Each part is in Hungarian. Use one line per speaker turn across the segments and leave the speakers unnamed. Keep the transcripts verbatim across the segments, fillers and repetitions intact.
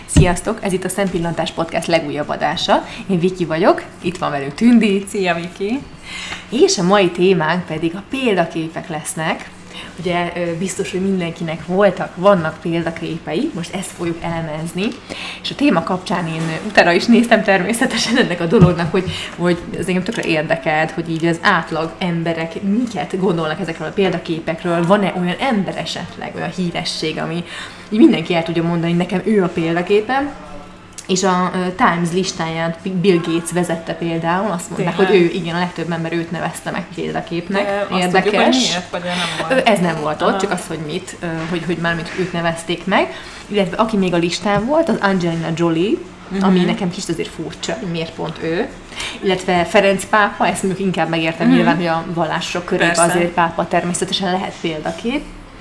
Sziasztok! Ez itt a Szempillantás Podcast legújabb adása. Én Viki vagyok, itt van velünk Tündi.
Szia, Viki!
És a mai témánk pedig a példaképek lesznek. Ugye biztos, hogy mindenkinek voltak, vannak példaképei, most ezt fogjuk elemezni, és a téma kapcsán én utána is néztem természetesen ennek a dolognak, hogy, hogy ez engem tökre érdekelt, hogy így az átlag emberek miket gondolnak ezekről a példaképekről, van-e olyan ember esetleg, olyan híresség, ami így mindenki el tudja mondani, hogy nekem ő a példaképem. És a Times listáján Bill Gates vezette például, azt mondták, hogy ő, igen, a legtöbb ember őt nevezte meg példaképnek.
De
érdekes.
Tudjuk, hogy miért, vagy nem volt?
Ez nem volt ott, csak az, hogy mit, hogy, hogy mármint őt nevezték meg. Illetve aki még a listán volt, az Angelina Jolie, uh-huh. ami nekem kicsit azért furcsa, hogy miért pont ő. Illetve Ferenc pápa, ezt mondjuk inkább megértem uh-huh. nyilván, hogy a vallások körében azért pápa természetesen lehet példakép.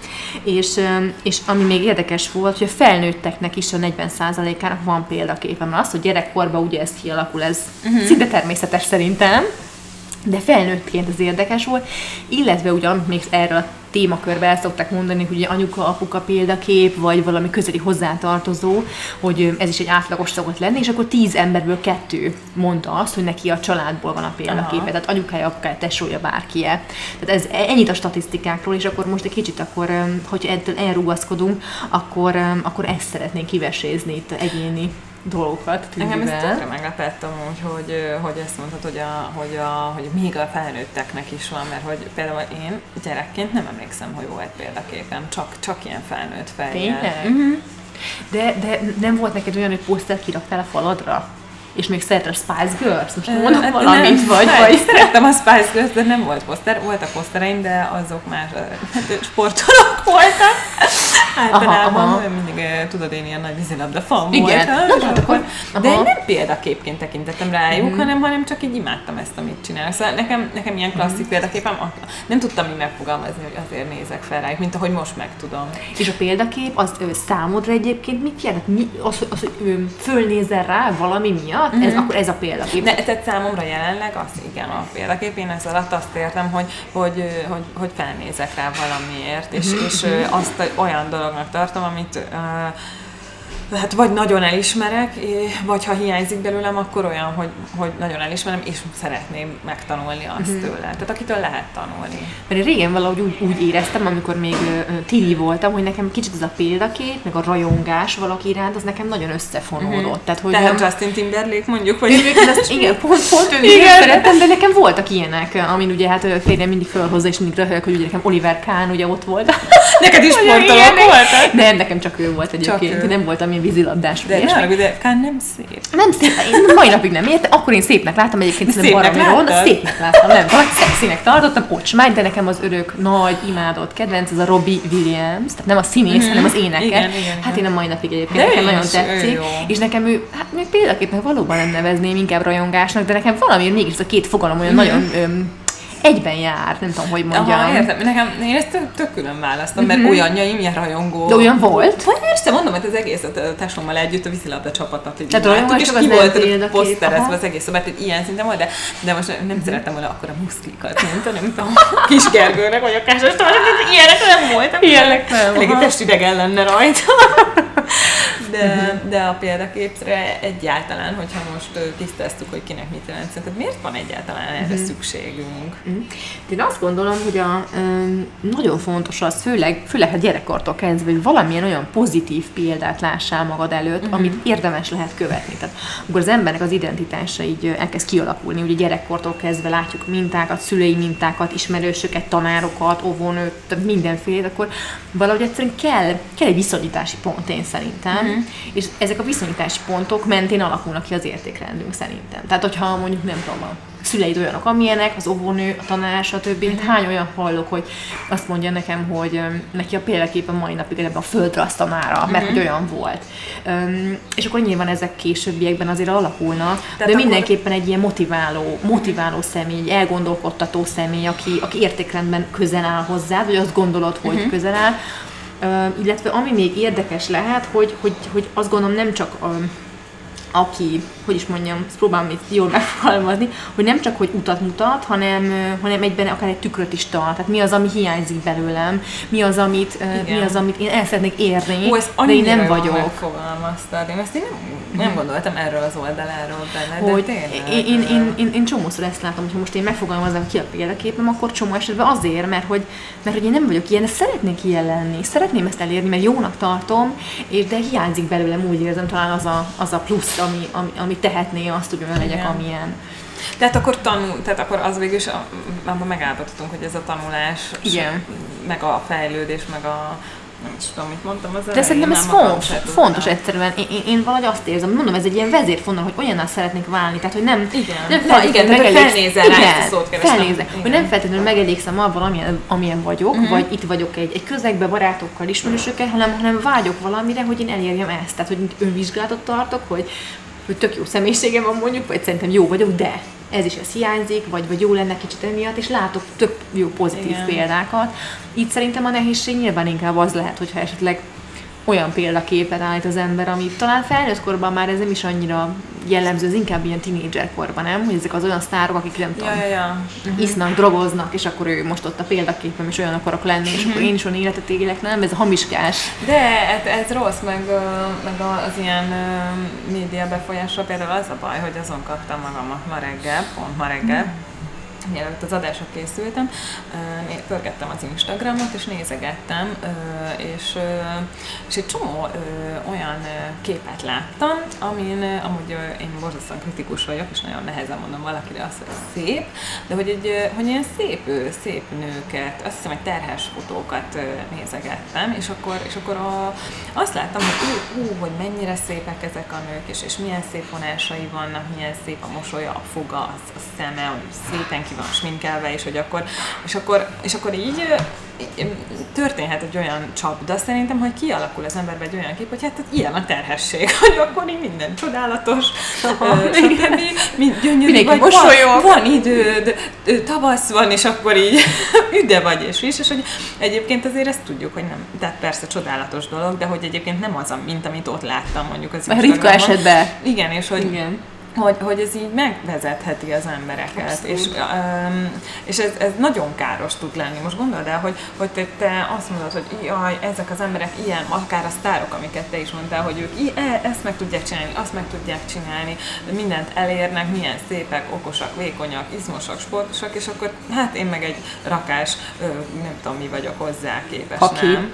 És, és ami még érdekes volt, hogy a felnőtteknek is a negyven százalékának van példaképe. Mert az, hogy gyerekkorban ugye ez kialakul, ez uh-huh. szinte természetes szerintem, de felnőttként ez érdekes volt, illetve ugye, amit még erről a témakörben el szokták mondani, hogy anyuka, apuka példakép, vagy valami közeli hozzátartozó, hogy ez is egy átlagos szokott lenni, és akkor tíz emberből kettő mondta azt, hogy neki a családból van a példaképe, Aha. tehát anyukája, apukája, tesója, bárkie. Tehát ez ennyit a statisztikákról, és akkor most egy kicsit akkor, hogyha ettől elrugaszkodunk, akkor, akkor ezt szeretnénk kivesézni itt egyéni dolgokat.
Engem ez tökre meglepett amúgy, hogy, hogy ezt mondtad, hogy, a, hogy, a, hogy még a felnőtteknek is van, mert hogy például én gyerekként nem emlékszem, hogy volt példaképem, csak, csak ilyen felnőtt fejjel.
Tényleg? Uh-huh. De, de nem volt neked olyan, hogy posztert kiraktál a faladra? És még szeretem a Spice Girls? Most mondom hát valamit, nem, vagy, vagy...
Szerettem a Spice Girls, de nem volt poszter. Voltak posztereim, de azok már hát, sportolók voltak. Általában aha, aha. mindig, tudod, én ilyen nagy vízilabda fan
igen.
voltam.
Na, akkor,
de én nem példaképként tekintettem rájuk, mm. hanem, hanem csak így imádtam ezt, amit csinálok. Szóval nekem, nekem ilyen klasszik mm. példaképem, nem tudtam így megfogalmazni, hogy azért nézek fel rájuk, mint ahogy most megtudom.
És a példakép, az ő, számodra egyébként mit jelent? Mi, az, az, hogy ő fölnézel rá valami miatt? Mm. Ez, akkor ez a példakép.
Ne, tehát számomra jelenleg az igen a példakép. Én ez alatt azt értem, hogy, hogy, hogy, hogy felnézek rá valamiért, és, mm. és azt olyan dolognak tartom, amit uh, hát vagy nagyon elismerek, vagy ha hiányzik belőlem, akkor olyan, hogy, hogy nagyon elismerem, és szeretném megtanulni azt uh-huh. tőle. Tehát akitől lehet tanulni.
Mert én régen valahogy úgy, úgy éreztem, amikor még uh, tini voltam, hogy nekem kicsit ez a példakép, meg a rajongás valaki iránt, az nekem nagyon összefonódott.
Uh-huh.
Tehát, hogy
Tehát
nem...
Justin Timberlake mondjuk, hogy...
Ezt, igen, pont, pont őt szerettem, de nekem voltak ilyenek, amin ugye hát férjem mindig fölhozza, és mindig röhög, hogy ugye nekem Oliver Kahn ugye ott volt.
Neked is sportolók voltak?
Nem, nekem csak ő volt egyébként. Én nem voltam ilyen vízilabdás.
De nem, de Kahn nem szép.
Nem szép, én mai napig nem értem, akkor én szépnek láttam egyébként, szerintem baromi de szépnek láttam, nem, vagy szexinek tartottam, ocsmány, de nekem az örök, nagy, imádott kedvenc, ez a Robbie Williams, tehát nem a színész, mm-hmm. hanem az énekes. Igen, igen, hát én a mai napig egyébként de nekem nagyon tetszik, és nekem ő, hát még példaképnek valóban nem nevezném, inkább rajongásnak, de nekem valamiért mégis a két fogalom olyan mm-hmm. nagyon... Öm, egyben jár, nem tudom, hogy mondjam.
Aha, értem. Nekem, én ezt tök, tök külön választom, mert mm-hmm. olyanjaim, ilyen rajongó.
De olyan volt?
Vagy persze, mondom, hogy az egész a tesómmal együtt a vízilabda csapatot így láttuk, és ki volt poszterezve az egész szobát, hogy ilyen szinten volt, de, de most nem mm-hmm. szerettem volna akkor a muszklikat, mint a nem tudom, Kis Gergőnek, vagy a Kásostónak, ilyenek nem voltak.
Ilyenek nem.
Elég testidegen lenne rajta. De, de a példaképre egyáltalán, hogyha most tisztáztuk, hogy kinek mit jelent, szerinted miért van egyáltalán erre mm. szükségünk?
Mm. Én azt gondolom, hogy a, um, nagyon fontos az, főleg, főleg a gyerekkortól kezdve, hogy valamilyen olyan pozitív példát lássál magad előtt, mm. amit érdemes lehet követni. Tehát amikor az embernek az identitása így elkezd kialakulni, ugye gyerekkortól kezdve látjuk mintákat, szülei mintákat, ismerősöket, tanárokat, óvónőt, mindenfélét, akkor valahogy egyszerűen kell, kell egy viszonyítási pont, én szerintem. Mm. És ezek a viszonyítási pontok mentén alakulnak ki az értékrendünk szerintem. Tehát, hogyha mondjuk nem tudom, a szüleid olyanok, amilyenek, az óvónő, a tanár, stb. Hát hány olyan hallok, hogy azt mondja nekem, hogy um, neki a példakép a mai napig ebben a földrajz tanára, mert hogy olyan volt. Um, és akkor nyilván ezek későbbiekben azért alakulnak, tehát de mindenképpen egy ilyen motiváló, motiváló személy, egy elgondolkodtató személy, aki, aki értékrendben közel áll hozzád, vagy azt gondolod, hogy uh-huh. közel áll. Uh, illetve ami még érdekes lehet, hogy, hogy, hogy azt gondolom nem csak um, aki, hogy is mondjam, ezt próbálom itt jól megfogalmazni, hogy nem csak, hogy utat mutat, hanem, hanem egyben akár egy tükröt is tart. Tehát mi az, ami hiányzik belőlem, mi az, amit, mi az, amit én el szeretnék érni,
Ó,
de én nem vagyok.
Megfogalmaztad. Én ezt én nem, nem gondoltam erről az oldaláról benne,
hogy
de tényleg.
Én, én, én, én, én csomószor ezt látom, hogy most én megfogalmazom ki a példaképem, akkor csomó esetben azért, mert hogy, mert hogy én nem vagyok ilyen, de szeretnék ilyen lenni, szeretném ezt elérni, mert jónak tartom, és de hiányzik belőlem, úgy érzem, talán az a, az a plusz, ami, ami, ami tehetné azt, hogy olyan legyek, amilyen.
Tehát akkor tanul, tehát akkor az végül is, abban megállapítottunk, hogy ez a tanulás,
igen,
meg a fejlődés, meg a nem is tudom, mit mondtam az elején.
De szerintem ez fontos, fontos egyszerűen. Én, én, én valahogy azt érzem, mondom, ez egy ilyen vezérfonal, hogy olyannal szeretnék válni, tehát hogy nem,
igen.
nem
feltétlenül megelégsz, felnézel rá, ezt a szót keresem.
Felnézek, hogy nem feltétlenül megelégszem avval, amilyen, amilyen vagyok, uh-huh. vagy itt vagyok egy, egy közegben, barátokkal, ismerősökkel, hanem, hanem vágyok valamire, hogy én elérjem ezt. Tehát, hogy önvizsgálatot tartok, hogy, hogy tök jó személyiségem van mondjuk, vagy szerintem jó vagyok, de ez is ez hiányzik, vagy, vagy jó lenne kicsit emiatt, és látok tök jó pozitív igen. példákat. Itt szerintem a nehézség nyilván inkább az lehet, hogyha esetleg olyan példaképet állít az ember, ami talán felnőtt korban már ez nem is annyira jellemző, ez inkább ilyen tínédzserkorban, nem? Hogy ezek az olyan sztárok, akik nem tudom,
ja, ja, ja. Uh-huh.
isznak, drogoznak, és akkor ő most ott a példaképem, és olyan akarok lenni, és uh-huh. akkor én is olyan életet élek, nem? Ez a hamiskás.
De ez, ez rossz, meg, meg az ilyen média befolyásra például az a baj, hogy azon kaptam magamat ma reggel, pont ma reggel, uh-huh. mielőtt az adásra készültem, pörgettem az Instagramot, és nézegettem, és, és egy csomó olyan képet láttam, amin amúgy én borzasztóan kritikus vagyok, és nagyon nehezen mondom valakire azt, hogy szép, de hogy, egy, hogy ilyen szép, szép nőket, azt hiszem, hogy terhes fotókat nézegettem, és akkor, és akkor a, azt láttam, hogy ú, ú, hogy mennyire szépek ezek a nők, és, és milyen szép vonásai vannak, milyen szép a mosolya, a foga, a szeme, hogy szépen ki van sminkelve, és hogy akkor, és akkor, és akkor így történhet egy olyan csapda szerintem, hogy kialakul az emberben egy olyan kép, hogy hát ilyen a terhesség, hogy akkor így minden csodálatos, stb. Gyönyörű vagy, van, van időd, tavasz van, és akkor így üde vagy, és is, és hogy egyébként azért ezt tudjuk, hogy nem, tehát persze csodálatos dolog, de hogy egyébként nem az, mint amit ott láttam mondjuk az Instagramon.
Ritka esetben.
Igen, és hogy
igen.
Hogy, hogy ez így megvezetheti az embereket, abszolút. és, um, és ez, ez nagyon káros tud lenni. Most gondold el, hogy, hogy te, te azt mondod, hogy jaj, ezek az emberek ilyen, akár a sztárok, amiket te is mondtál, hogy ők ezt meg tudják csinálni, azt meg tudják csinálni, mindent elérnek, milyen szépek, okosak, vékonyak, izmosak, sportosak, és akkor hát én meg egy rakás, nem tudom mi vagyok hozzá képes,
Haki.
Nem?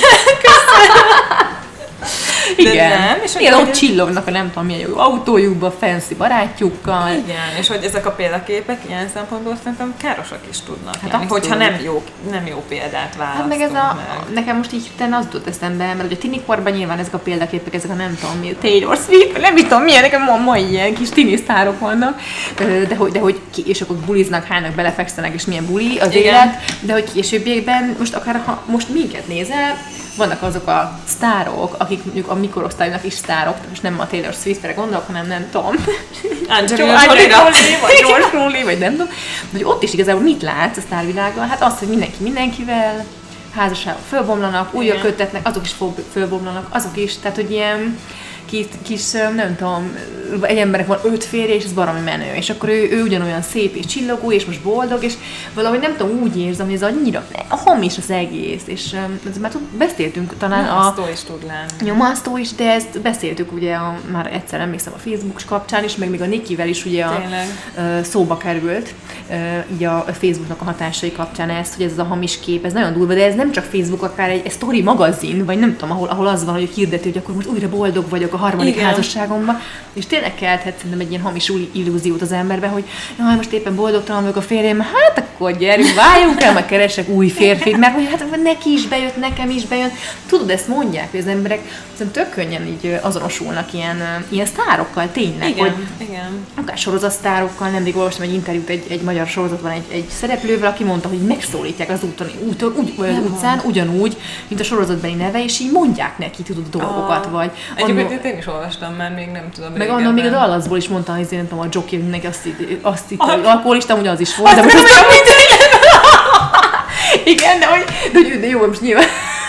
Igen.
Igen,
nem, és
igen, ott csillognak a nem tudom milyen jó autójukban, fancy barátjukkal.
Igen, és hogy ezek a példaképek ilyen szempontból szerintem károsak is tudnak
hát
lenni, hogyha nem jó, nem jó példát választunk hát meg. Ez a,
meg. Nekem most így az jutott eszembe, mert ugye a tinikorban nyilván ezek a példaképek, ezek a nem tudom mi, Taylor Swift, nem is tudom milyen, nekem ma, ma ilyen kis tini sztárok vannak, de hogy, de hogy ki, és akkor buliznak, hánynak, belefekszenek, és milyen buli az igen. élet, de hogy későbbiekben, most akár ha most minket nézel, vannak azok a sztárok, akik mondjuk a mikorosztálynak is sztárok, most nem a Taylor Swiftre gondolok, hanem nem tudom.
Angelina Jolie-ra.
Vagy George Clooney, vagy nem tudom. Hogy ott is igazából mit látsz a sztárvilágban? Hát azt, hogy mindenki mindenkivel, házasságok fölbomlanak, újra köttetnek, azok is fölbomlanak, azok is, tehát hogy ilyen kis, kis, nem tudom, egy embernek van öt férje, és ez baromi menő, és akkor ő, ő ugyanolyan szép és csillogó, és most boldog, és valahogy nem tudom, úgy érzem, hogy ez annyira hamis az egész, és ez már beszéltünk talán
nyomasztó
a...
is tud lenni.
Nyomasztó is, de ezt beszéltük ugye a, már egyszer emlékszem a Facebook kapcsán is, meg még a Nikivel is ugye a, a, szóba került, így a Facebooknak a hatásai kapcsán ez, hogy ez a hamis kép, ez nagyon durva, de ez nem csak Facebook, akár egy, egy story magazin, vagy nem tudom, ahol, ahol az van, hogy hirdeti, hogy akkor most újra boldog vagyok a harmadik igen. házasságomban, és tényleg kelthet szerintem egy ilyen hamis illúziót az emberbe, hogy jaj, most éppen boldogtalan vagyok a férjem, hát akkor gyerünk, váljunk el, majd keresek új férfit, mert hogy hát neki is bejött, nekem is bejön. Tudod, ezt mondják, hogy az emberek szerintem tök könnyen így azonosulnak ilyen, ilyen sztárokkal, tényleg,
igen,
hogy
igen.
akár sorozatsztárokkal, nemrég olvastam egy interjút egy, egy magyar sorozatban egy, egy szereplővel, aki mondta, hogy megszólítják az úton, úton, úgy, az utcán ugyanúgy, mint a sorozatbeli neve, és így mondják neki, tudod, dolgokat, ah. vagy...
Egyébként én is olvastam, mert még nem tudom
meg annak még a Dallasból is mondta, hogy én tudom, a Jokernek azt, azt itt, hogy alkoholista, ugye az is volt, de most az nem minden. Igen, de hogy, de, de jó, most nyilván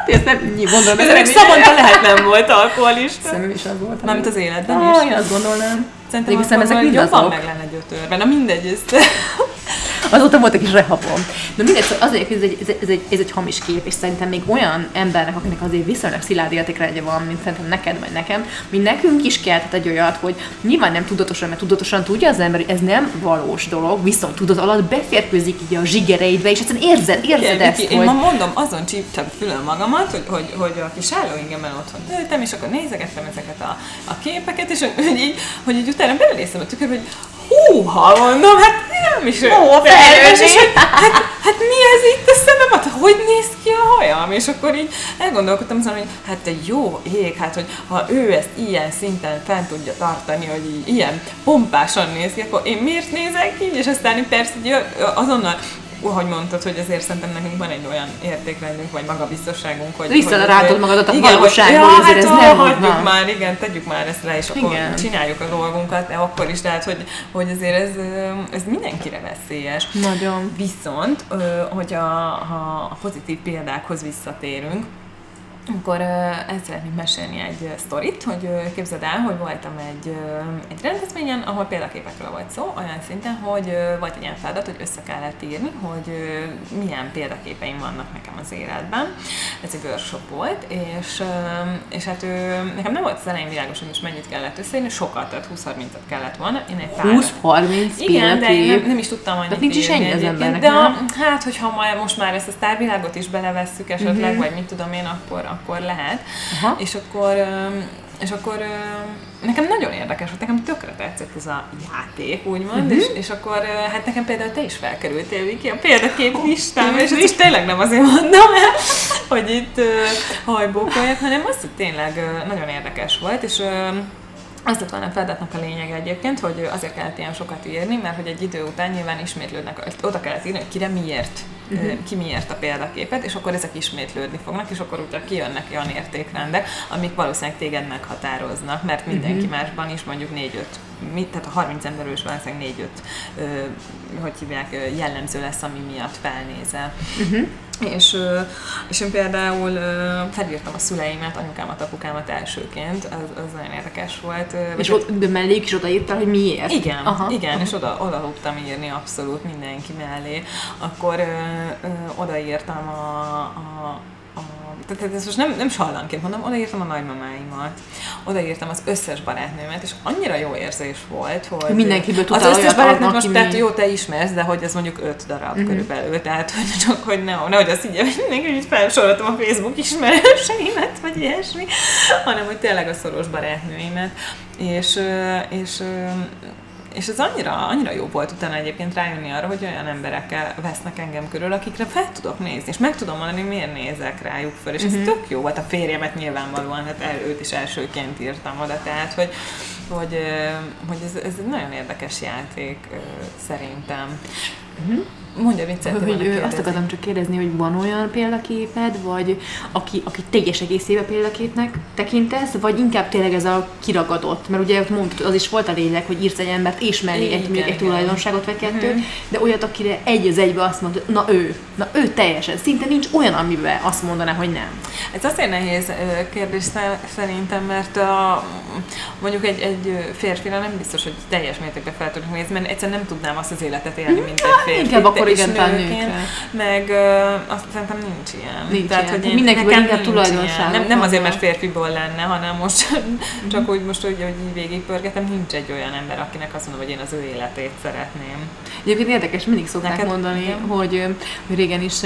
Ezt nem gondolom.
Ez Szabonka lehet nem volt alkoholista.
Szemem is az volt.
Mármint az életben
ah,
is.
Én azt gondolnám.
Szerintem akkor ezek mind jobban azok. Meg lenne gyötörve. Na mindegy, ezt...
Azóta volt egy kis rehabom. De mindegy, azért, hogy ez egy, ez, egy, ez, egy, ez egy hamis kép, és szerintem még olyan embernek, akinek azért viszonylag szilárd értékrendje van, mint szerintem neked vagy nekem, mint nekünk is kellett egy olyat, hogy nyilván nem tudatosan, mert tudatosan tudja az ember, hogy ez nem valós dolog, viszont tudat alatt beférkőzik így a zsigereidbe, és egyszerűen érzed, érzed
igen,
ezt,
én
hogy...
ma mondom, azon csíptem fülön magamat, hogy, hogy, hogy a kis állóingemmel otthon nőttem, és akkor nézegettem ezeket a, a képeket, és hogy így, hogy így utána belenéztem a tükörbe, hogy húha, mondom, hát nem is
ó, felelős,
és hogy hát, hát mi ez itt a szemem, hát hogy néz ki a hajam? És akkor így elgondolkodtam azon, hogy hát te jó ég, hát hogy ha ő ezt ilyen szinten fent tudja tartani, hogy így, ilyen pompásan néz ki, akkor én miért nézek így? És aztán persze azonnal ahogy mondtad, hogy azért szerintem nekünk van egy olyan értékrendünk, vagy magabiztosságunk, hogy...
Visszarántod magadat a
igen,
valóságból,
ja,
azért
hát,
ez nem
hagyjuk
van.
már, igen, tegyük már ezt le, és akkor igen. Csináljuk a dolgunkat, de akkor is, tehát, hogy, hogy azért ez, ez mindenkire veszélyes.
Nagyon.
Viszont, hogy a, ha a pozitív példákhoz visszatérünk, akkor ezt szeretnék mesélni egy sztorit, hogy képzeld el, hogy voltam egy, egy rendezvényen, ahol példaképekről volt szó, olyan szinten, hogy volt egy ilyen feladat, hogy össze kellett írni, hogy milyen példaképeim vannak nekem az életben. Ez egy workshop volt, és, és hát nekem nem volt az elején világos, hogy most mennyit kellett összeírni, sokat, tehát húsz-harmincat kellett volna.
húsz-harminc
igen, de én nem, nem is tudtam annyit
nincs is ennyi az embernek,
de a, hát, hogyha most már ezt a sztárvilágot is belevesszük esetleg, uh-huh. vagy mit tudom én, akkor akkor lehet. Aha. És akkor, és akkor nekem nagyon érdekes volt, nekem tökre tetszett ez a játék, úgymond, uh-huh. és, és akkor hát nekem például te is felkerültél, Viki, a példakép listámba, és ezt is tényleg nem azért mondom, hogy itt hajbókoljak, hanem az, hogy tényleg nagyon érdekes volt, és az lett volna a feladatnak a lényege egyébként, hogy azért kellett ilyen sokat írni, mert hogy egy idő után nyilván ismétlődnek, oda kellett írni, hogy kire miért, uh-huh. ki miért a példaképet, és akkor ezek ismétlődni fognak, és akkor utána kijönnek olyan értékrendek, amik valószínűleg téged meghatároznak, mert mindenki uh-huh. másban is mondjuk négy-öt, tehát a harminc emberről is valószínűleg négy-öt, hogy hívják, jellemző lesz, ami miatt felnézel. Uh-huh. És, és én például felírtam a szüleimet, anyukámat, apukámat elsőként, az, az nagyon érdekes volt.
És ott, de mellé is odaírtál, hogy miért?
Igen, aha, igen, aha. És oda, oda tudtam írni abszolút mindenki mellé. Akkor ö, ö, odaírtam a, a tehát ezt most nem, nem sallanként mondom, odaírtam a nagymamáimat, odaírtam az összes barátnőmet, és annyira jó érzés volt, hogy
mindenkiből
tudtál az összes barátnőt most, tehát jó, te ismersz, de hogy ez mondjuk öt darab uh-huh. körülbelül, tehát hogy csak, hogy ne, nehogy azt így, hogy mindenki felsoroltam a Facebook ismerőseimet, vagy ilyesmi, hanem hogy tényleg a szoros barátnőimet, és, és És ez annyira, annyira jó volt utána egyébként rájönni arra, hogy olyan emberekkel vesznek engem körül, akikre fel tudok nézni, és meg tudom mondani, miért nézek rájuk föl, és uh-huh. ez tök jó volt. A férjemet nyilvánvalóan, hát őt is elsőként írtam oda, tehát hogy, hogy, hogy ez, ez egy nagyon érdekes játék szerintem. Uh-huh. Mondja, mit szeretném volna kérdezni.
Azt akartam csak kérdezni, hogy van olyan példaképed, vagy aki, aki teljes egészébe példaképnek tekintesz, vagy inkább tényleg ez a kiragadott? Mert ugye mondtad, az is volt a lényeg, hogy írsz egy embert, és mellé egy, még egy tulajdonságot vagy kettőt, mm-hmm. de olyat, akire egy az egybe azt mondod, na ő, na ő teljesen, szinte nincs olyan, amiben azt mondaná, hogy nem.
Ez azért nehéz kérdés szerintem, mert a, mondjuk egy, egy férfira nem biztos, hogy teljes mértékben fel tudnak nézni, mert egyszerűen nem tudnám azt az életet élni, mint egy férfi.
Igen,
nőként, meg uh, azt szerintem nincs ilyen.
Nincs
Tehát,
ilyen.
Hogy én,
mindenkiből inkább tulajdonságok.
Nem, nem azért, mert férfiból lenne, hanem most mm-hmm. csak úgy most, hogy, hogy így végigpörgetem, nincs egy olyan ember, akinek azt mondom, hogy én az ő életét szeretném.
Egyébként érdekes, mindig szokták Neked mondani, hogy, hogy régen is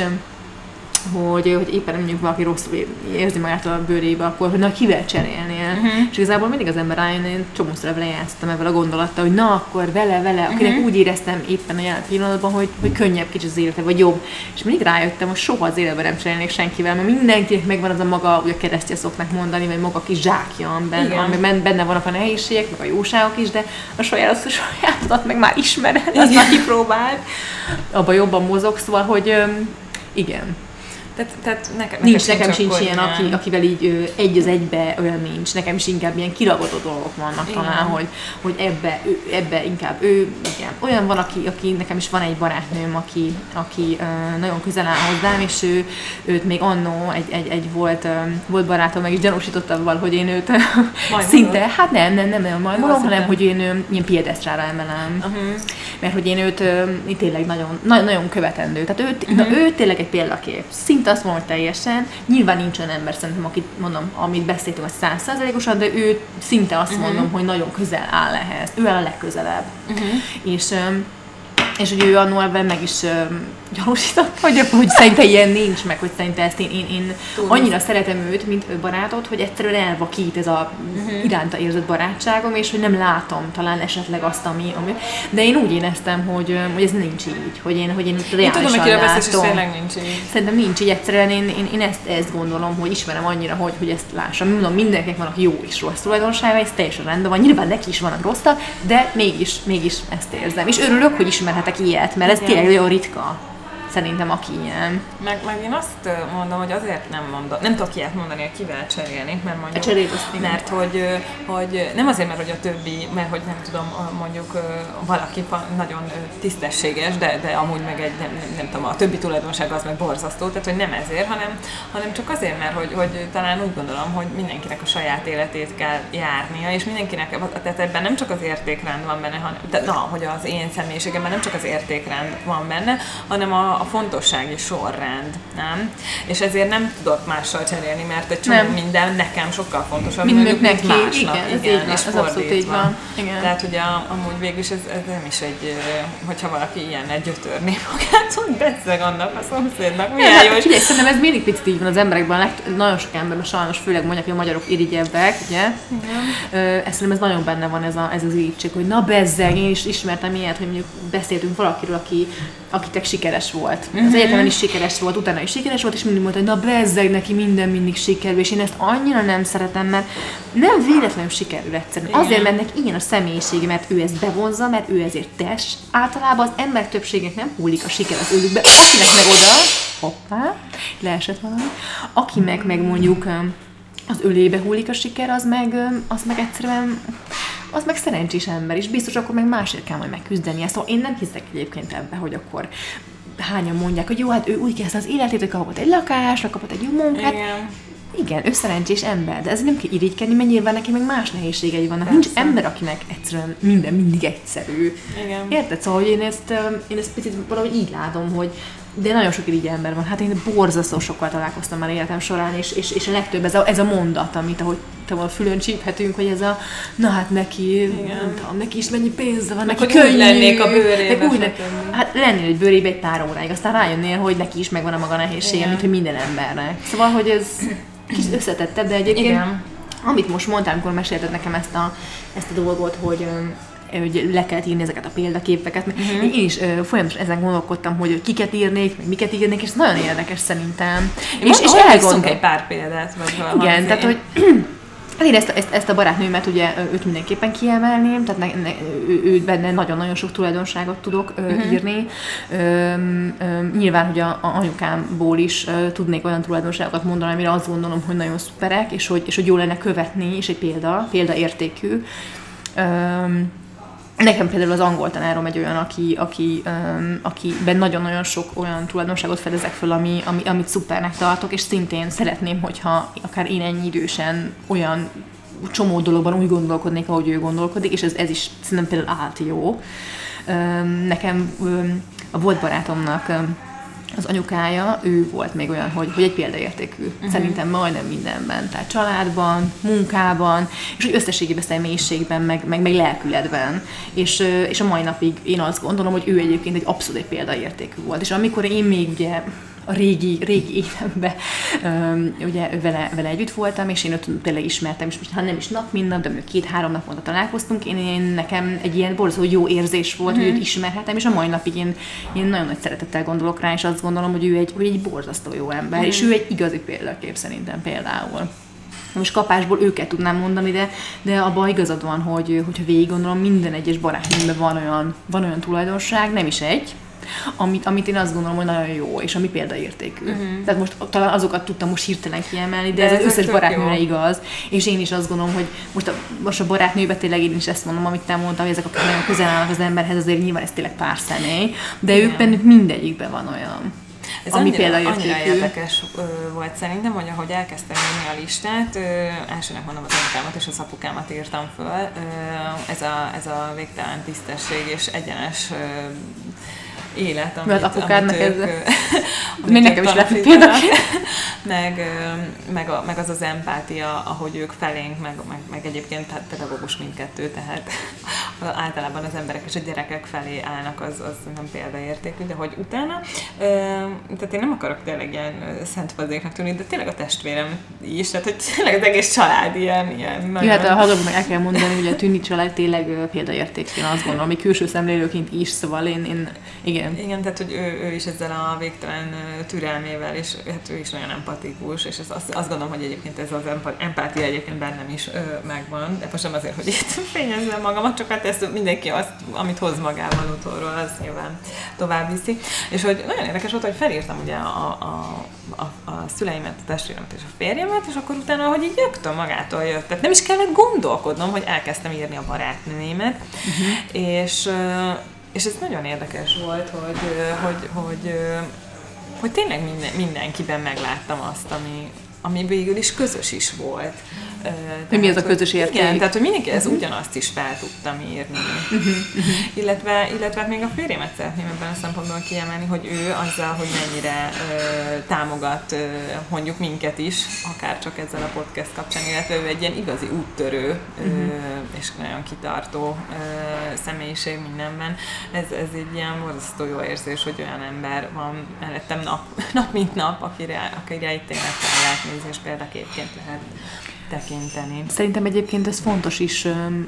hogy, hogy éppen mondjuk valaki rosszul érzi magát a bőrébe, akkor hogy na, kivel cserélnél. Uh-huh. És igazából mindig az ember rájön, én csomószor lejátszottam ezzel a gondolattal, hogy na, akkor vele, vele, akinek uh-huh. úgy éreztem éppen a jelen pillanatban, hogy, hogy könnyebb kicsit az élete, vagy jobb. És mindig rájöttem, hogy soha az életben nem cserélnék senkivel, mert mindenkinek megvan az a maga, ugye keresztje szoknak mondani, vagy maga kis zsákja, amiben benne vannak a nehézségek, meg a jóságok is, de a saját, a sajátodat meg már ismered, azt már kipróbáld, abban jobban mozogsz, szóval, hogy igen.
Tehát, tehát nekem,
nincs, nekem sincs ilyen, aki, akivel így ö, egy az egybe olyan nincs. Nekem is inkább ilyen kiragadó dolgok vannak igen. talán, hogy, hogy ebbe, ő, ebbe inkább ő, igen. Olyan van, aki, aki nekem is van egy barátnőm, aki, aki ö, nagyon közel áll hozzám, és ő, őt még annó egy, egy, egy volt, ö, volt barátom, meg is gyanúsítottam val, hogy én őt szinte, hát nem, nem, nem, nem majd mondom, hanem hogy én ö, ilyen piedesztrára emelem. Uh-huh. Mert hogy én őt ö, tényleg nagyon, nagyon, nagyon követendő. Tehát őt, uh-huh. na, ő tényleg egy példakép. Szinte azt mondom, hogy teljesen. Nyilván nincs olyan ember, szerintem, akit mondom, amit beszéltünk, az száz százalékosan, de ő szinte azt uh-huh. mondom, hogy nagyon közel áll ehhez. Ő áll a legközelebb. Uh-huh. És, és hogy ő annól ebben meg is gyanúsított, hogy, hogy szerintem ilyen nincs, meg hogy szerintem ezt én, én, én annyira szeretem őt, mint ő barátot, hogy egyszerűen elvakít ez a uh-huh. iránta érzett barátságom, és hogy nem látom talán esetleg azt, ami, ami de én úgy éreztem, hogy, hogy ez nincs így, hogy én, hogy én reálisan
tudom,
látom.
Beszélsz, és tényleg nincs így.
Szerintem nincs így, egyszerűen én, én, én ezt, ezt gondolom, hogy ismerem annyira, hogy, hogy ezt lássam. Mondom, mindenkinek vannak jó és rossz tulajdonsága, ez teljesen rendben van, nyilván neki is vannak rosszak, de mégis, mégis ezt érzem. És örülök, hogy ismerhetek ilyet, mert ez tényleg olyan ritka. Szerintem aki ilyen.
Meg, meg én azt mondom, hogy azért nem mondom, nem tudok ilyet mondani, hogy kivel cserélni, mert mondjuk,
cserét,
mert hogy, hogy nem azért, mert hogy a többi, mert hogy nem tudom, mondjuk valaki nagyon tisztességes, de, de amúgy meg egy, nem, nem, nem tudom, a többi tulajdonság az meg borzasztó, tehát hogy nem ezért, hanem, hanem csak azért, mert hogy, hogy talán úgy gondolom, hogy mindenkinek a saját életét kell járnia, és mindenkinek, tehát ebben nem csak az értékrend van benne, hanem, de, na, hogy az én személyiségemben nem csak az értékrend van benne, hanem a a fontossági sorrend, nem? És ezért nem tudok mással cserélni, mert egy csomó nem. minden nekem sokkal fontosabb,
mint mondjuk
neki.
Másnak, igen, igen, és
ez
abszolút így van. Igen.
Tehát ugye amúgy végül is ez, ez nem is egy, hogyha valaki ilyennel gyötörné magát, hogy bezzeg annak a szomszédnak, milyen
ja,
jó.
Figyelj, szerintem ez mindig picit így van az emberekben, legt, nagyon sok emberben sajnos, főleg mondják, hogy a magyarok irigyebbek, ugye? Igen. Ezt szerintem ez nagyon benne van ez, a, ez az irigység, hogy na bezzeg, én is ismertem ilyet, hogy mondjuk beszéltünk valakiről, aki akitek sikeres volt. Mm-hmm. Az egyetemen is sikeres volt, utána is sikeres volt, és mindig mondta, hogy na bezzeg, neki minden mindig sikerül, és én ezt annyira nem szeretem, mert nem véletlenül sikerül egyszerűen. Igen. Azért, mert neki ilyen a személyisége, mert ő ezt bevonza, mert ő ezért tesz. Általában az ember többségnek nem hullik a siker az őlükbe, akinek meg oda, hoppá, leesett valami, aki meg, meg mondjuk az ölébe hullik a siker, az meg, az meg egyszerűen az meg szerencsés ember is, biztos akkor meg másért kell majd megküzdenie. Szóval én nem hiszek egyébként ebbe, hogy akkor hányan mondják, hogy jó, hát ő úgy kezdte az életét, hogy kapott egy lakást, kapott egy jó munkát. Igen. Igen, ő szerencsés ember, de ez nem kell irigykedni, mert nyilván neki meg más nehézségei vannak. Persze. Nincs ember, akinek egyszerűen minden mindig egyszerű. Igen. Érted? Szóval, hogy én ezt, én ezt picit valahogy így látom, hogy de nagyon sok irigy ember van. Hát én borzasztó sokkal találkoztam már életem során, és, és, és a legtöbb ez a, ez a mondat, amit ahogy te a fülön csíphetünk, hogy ez a, na hát neki, nem tudom, neki is mennyi pénze van, neki könnyű.
lennék a bőrébe.
Úgy le, hát lennél egy bőrébe egy pár óráig, aztán rájönnél, hogy neki is megvan a maga nehézsége, mint hogy minden embernek. Szóval, hogy ez kicsit összetettebb, de egyébként, igen. Amit most mondtál, amikor mesélted nekem ezt a, ezt a dolgot, hogy hogy le kellett írni ezeket a példaképeket. Uh-huh. Én is uh, folyamatosan ezen gondolkodtam, hogy kiket írnék, meg miket írnék, és ez nagyon érdekes szerintem.
Én és és elgondolom egy pár példát. Vagy
igen, tehát hogy én ezt, ezt, ezt a barátnőmet, ugye őt mindenképpen kiemelném, tehát ne, ne, ő, ő benne nagyon-nagyon sok tulajdonságot tudok ö, uh-huh. írni. Ö, ö, nyilván, hogy a, a anyukámból is ö, tudnék olyan tulajdonságokat mondani, amire azt gondolom, hogy nagyon szuperek, és hogy, és hogy jó lenne követni, és egy példa, példaértékű. Ö, Nekem például az angol tanárom egy olyan, aki, aki, um, akiben nagyon-nagyon sok olyan tulajdonságot fedezek föl, ami, ami, amit szupernek tartok, és szintén szeretném, hogyha akár én ennyi idősen olyan csomó dologban úgy gondolkodnék, ahogy ő gondolkodik, és ez, ez is szerintem például állt jó. Um, nekem um, a volt barátomnak um, az anyukája, ő volt még olyan, hogy, hogy egy példaértékű. Uh-huh. Szerintem majdnem mindenben. Tehát családban, munkában, és hogy összességében személyiségben, meg, meg, meg lelkületben. És, és a mai napig én azt gondolom, hogy ő egyébként egy abszolút egy példaértékű volt. És amikor én még ugye a régi, régi életemben um, ugye vele, vele együtt voltam, és én őt tényleg ismertem, és most ha nem is nap, mint nap, de mondjuk két-három naponta találkoztunk, én, én nekem egy ilyen borzasztó jó érzés volt, mm-hmm. hogy őt ismerhetem, és a mai napig én, én nagyon nagy szeretettel gondolok rá, és azt gondolom, hogy ő egy, hogy egy borzasztó jó ember, mm-hmm. és ő egy igazi példakép szerintem például. Most kapásból őket tudnám mondani, de, de abban igazad van, hogy hogyha végig gondolom, minden egyes barátnőmben van olyan, van olyan tulajdonság, nem is egy, Amit, amit én azt gondolom, hogy nagyon jó, és ami példaértékű. Uh-huh. Tehát most talán azokat tudtam most hirtelen kiemelni, de, de ez az összes barátnőre jó. Igaz. És én is azt gondolom, hogy most a, most a barátnőben tényleg én is ezt mondom, amit te mondtam, hogy ezek, akik nagyon közel állnak az emberhez, azért nyilván ez tényleg pár személy, de igen. Ők bennük mindegyikben van olyan.
Ez ami annyira, annyira érdekes ö, volt szerintem, hogy ahogy elkezdtem írni a listát, ö, elsőnek mondom az anyukámat és az apukámat írtam föl, ö, ez, a, ez a végtelen tisztesség és egyenes ö, élet, amit,
mert apukádnak
amit ők,
ez még nekem is lehet például.
meg, meg, a, meg az az empátia, ahogy ők felénk, meg, meg, meg egyébként pedagógus mindkettő, tehát általában az emberek és a gyerekek felé állnak, az, az nem példaértékű, de hogy utána, tehát én nem akarok tényleg ilyen szentfazéknak tűnni, de tényleg a testvérem is, tehát hogy tényleg az egész család ilyen, ilyen nagyon...
Ja, hát a hazagban meg el kell mondani, hogy a Tünni család tényleg példaértékű, én azt gondolom, ami külső szemlélőként is, szóval én, én igen.
Igen, tehát hogy ő, ő is ezzel a végtelen türelmével, és hát ő is nagyon empatikus, és ez, azt, azt gondolom, hogy egyébként ez az empátia egyébként bennem is ö, megvan, de most nem azért, hogy itt fényezzem magamat, csak hát ezt mindenki azt, amit hoz magával utolról, az nyilván tovább viszi. És hogy nagyon érdekes volt, hogy felírtam ugye a, a, a, a szüleimet, a testvéremet és a férjemet, és akkor utána, hogy így rögtön magától jött. Tehát nem is kellett gondolkodnom, hogy elkezdtem írni a barátnőimet, uh-huh. és És ez nagyon érdekes volt, hogy, hogy, hogy, hogy tényleg minden, mindenkiben megláttam azt, ami, ami végül is közös is volt.
Tehát, mi az a közös érték?
Igen, tehát hogy mindenki ez ugyanazt is fel tudtam írni. illetve, illetve még a férjemet szeretném ebben a szempontból kiemelni, hogy ő azzal, hogy mennyire ö, támogat ö, mondjuk minket is, akár csak ezzel a podcast kapcsán, illetve ő egy ilyen igazi úttörő ö, és nagyon kitartó ö, személyiség mindenben. Ez, ez egy ilyen borzasztó jó érzés, hogy olyan ember van mellettem nap, nap mint nap, akire, akire itt tényleg fel lehet nézni, és példaképként lehet tekinteni.
Szerintem egyébként ez fontos is,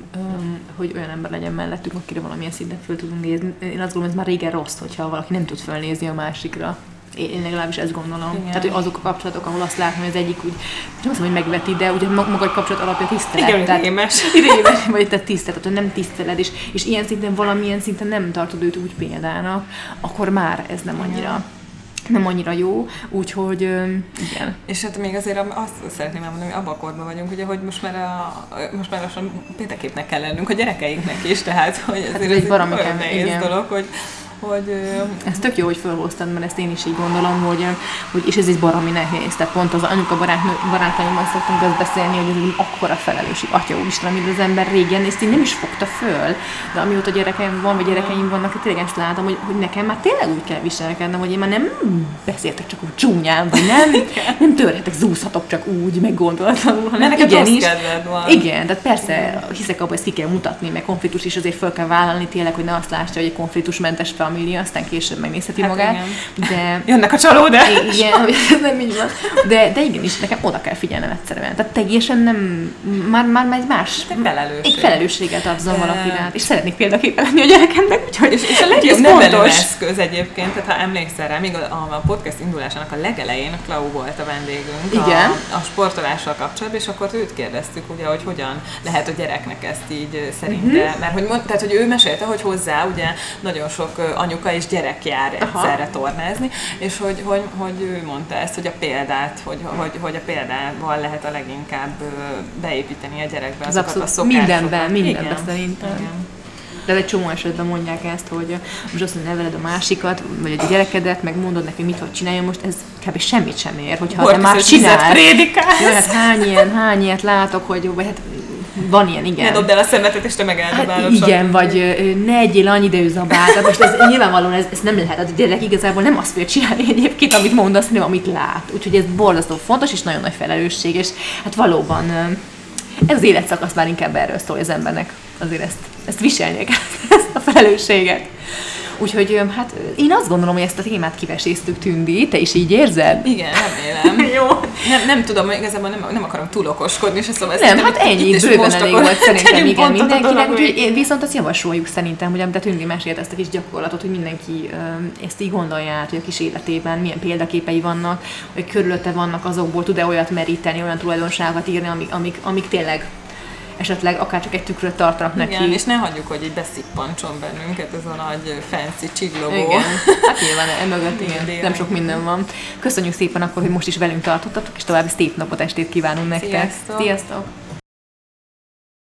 hogy olyan ember legyen mellettünk, akire valamilyen szinten föl tudunk nézni. Én azt gondolom, ez már régen rossz, hogyha valaki nem tud fölnézni a másikra. Én legalábbis ezt gondolom. Igen. Tehát, hogy azok a kapcsolatok, ahol azt látom, hogy az egyik úgy, nem azt mondom, hogy megveti, de ugye maga egy kapcsolat alapja tisztelet.
Igen, tehát, rémes.
Rémes, vagy te tisztelet, tehát hogy nem tiszteled, és, és ilyen szinten valamilyen szinten nem tartod őt úgy példának, akkor már ez nem annyira... nem annyira jó, úgyhogy igen.
És hát még azért azt szeretném elmondani, hogy abban a korban vagyunk, ugye, hogy most már, a, most már lassan példaképnek kell lennünk a gyerekeinknek is, tehát hogy azért hát ez egy baromi olyan nehéz igen. dolog, hogy Hogy,
ez tök jó, hogy felhoztad, mert ezt én is így gondolom, hogy, hogy és ez is baromi nehéz. Tehát pont az anyuka barátaimmal szoktunk azt beszélni, hogy ez egy akkora felelősség, atya úristen, amit az ember régen, ezt így nem is fogta föl. De amióta gyerekeim van, vagy gyerekeim vannak, tényleg ezt látom, hogy, hogy nekem már tényleg úgy kell viselkednem, hogy én már nem beszéltek csak úgy csúnyán, vagy nem, nem törhetek, zúzhatok csak úgy, meg gondolatlanul, hanem igenis. Igen, tehát persze hiszek abban, hogy ezt ki kell mutatni, meg konfliktus is azért fel kell vállalni tényleg, hogy ne azt lássa, hogy egy konfliktusmentes família, aztán később megnézheti hát magát. Igen. De
jönnek a csalódás.
Igen, ez nem így van. De, de igenis, nekem oda kell figyelnem egyszerűen. Tehát teljesen nem, már, már egy más,
egy felelősség.
Egy felelősséget adszom valakire. És szeretnék példaképpen lenni a gyerekemnek, úgyhogy
és, és a legjobb nevelőeszköz egyébként, tehát ha emlékszel rá, még a, a podcast indulásának a legelején Klau volt a vendégünk.
Igen.
A, a sportolással kapcsolatban, és akkor őt kérdeztük, ugye, hogy hogyan lehet a gyereknek ezt így szerinte, uh-huh. mert hogy, tehát, hogy ő mesélte, hogy hozzá ugye nagyon sok anyuka és gyerek jár egyszerre tornázni, és hogy, hogy, hogy ő mondta ezt, hogy a példát, hogy, hogy, hogy a példával lehet a leginkább beépíteni a gyerekbe azokat a szokásokat.
Mindenben, mindenben szerintem. Igen. De egy csomó esetben mondják ezt, hogy most azt mondja, neveled a másikat, vagy a gyerekedet, meg mondod neki, mit, hogy csináljon, most ez kb. Semmit sem ér, hogyha te már csinálsz. Ja, hát hány ilyen, hány ilyet látok, hogy vagy hát van ilyen, igen.
Ne dobd el a szemetet, és te meg eldobálod.
Hát igen, vagy ne egyél annyi, de ő zabál. Most ez nyilvánvalóan ez, ez nem lehet. A gyerek igazából nem azt fogja csinálni egyébként, amit mondasz, hanem amit lát. Úgyhogy ez borzasztó fontos, és nagyon nagy felelősség, és hát valóban ez az életszakasz már inkább erről szól, az embernek azért ezt, ezt viselnie kell, ezt a felelősséget. Úgyhogy hát én azt gondolom, hogy ezt a témát kiveséztük, Tündi, te is így érzed?
Igen, remélem. Jó. Nem, nem tudom, igazából nem, nem akarom túl okoskodni, és azt mondom,
nem, hát ennyi, bőven elég volt szerintem, igen, mindenkinek, úgyhogy viszont azt javasoljuk szerintem, hogy amit a Tündi mesélt ezt a kis gyakorlatot, hogy mindenki ezt így gondolja át, hogy a kis életében milyen példaképei vannak, hogy körülötte vannak, azokból tud-e olyat meríteni, olyan tulajdonságokat írni, amik, amik, amik tényleg esetleg akár csak egy tükröt tartanak neki.
Igen, és ne hagyjuk, hogy így beszippancson bennünket ez a nagy fancy csillogó.
Igen. Hát nyilván emögött igen, nem sok minden van. Köszönjük szépen akkor, hogy most is velünk tartottatok, és további szép napot, estét kívánunk nektek.
Sziasztok!
Sziasztok!